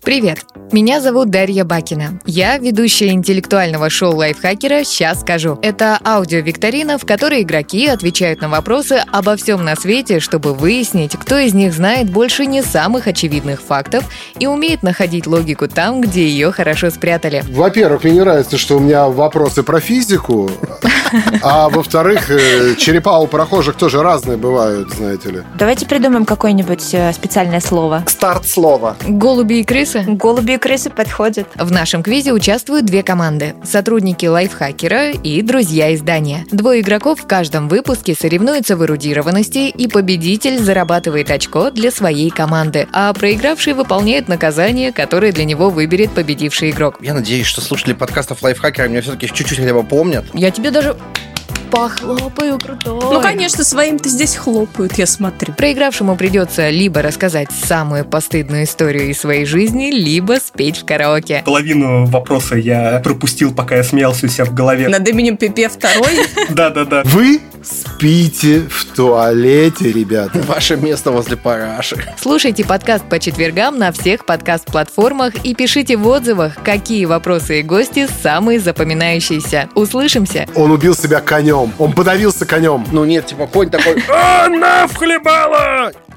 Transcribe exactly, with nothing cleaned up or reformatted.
Привет! Меня зовут Дарья Бакина. Я ведущая интеллектуального шоу лайфхакера «Щас скажу». Это аудиовикторина, в которой игроки отвечают на вопросы обо всем на свете, чтобы выяснить, кто из них знает больше не самых очевидных фактов и умеет находить логику там, где ее хорошо спрятали. Во-первых, мне не нравится, что у меня вопросы про физику, а во-вторых, черепа у прохожих тоже разные бывают, знаете ли. Давайте придумаем какое-нибудь специальное слово. Старт слова. Голуби и крысы? Голуби и крысы подходят. В нашем квизе участвуют две команды – сотрудники лайфхакера и друзья издания. Двое игроков в каждом выпуске соревнуются в эрудированности, и победитель зарабатывает очко для своей команды, а проигравший выполняет наказание, которое для него выберет победивший игрок. Я надеюсь, что слушатели подкастов лайфхакера меня все-таки чуть-чуть хотя бы помнят. Я тебе даже... похлопаю, крутой. Ну, конечно, своим-то здесь хлопают, я смотрю. Проигравшему придется либо рассказать самую постыдную историю из своей жизни, либо спеть в караоке. Половину вопроса я пропустил, пока я смеялся у себя в голове. Над именем Пепе второй? Да-да-да. Вы спите в туалете, ребята. Ваше место возле параши. Слушайте подкаст по четвергам на всех подкаст-платформах и пишите в отзывах, какие вопросы и гости самые запоминающиеся. Услышимся! Он убил себя конем. Он подавился конем. Ну нет, типа конь такой: «А, на, вхлебала!»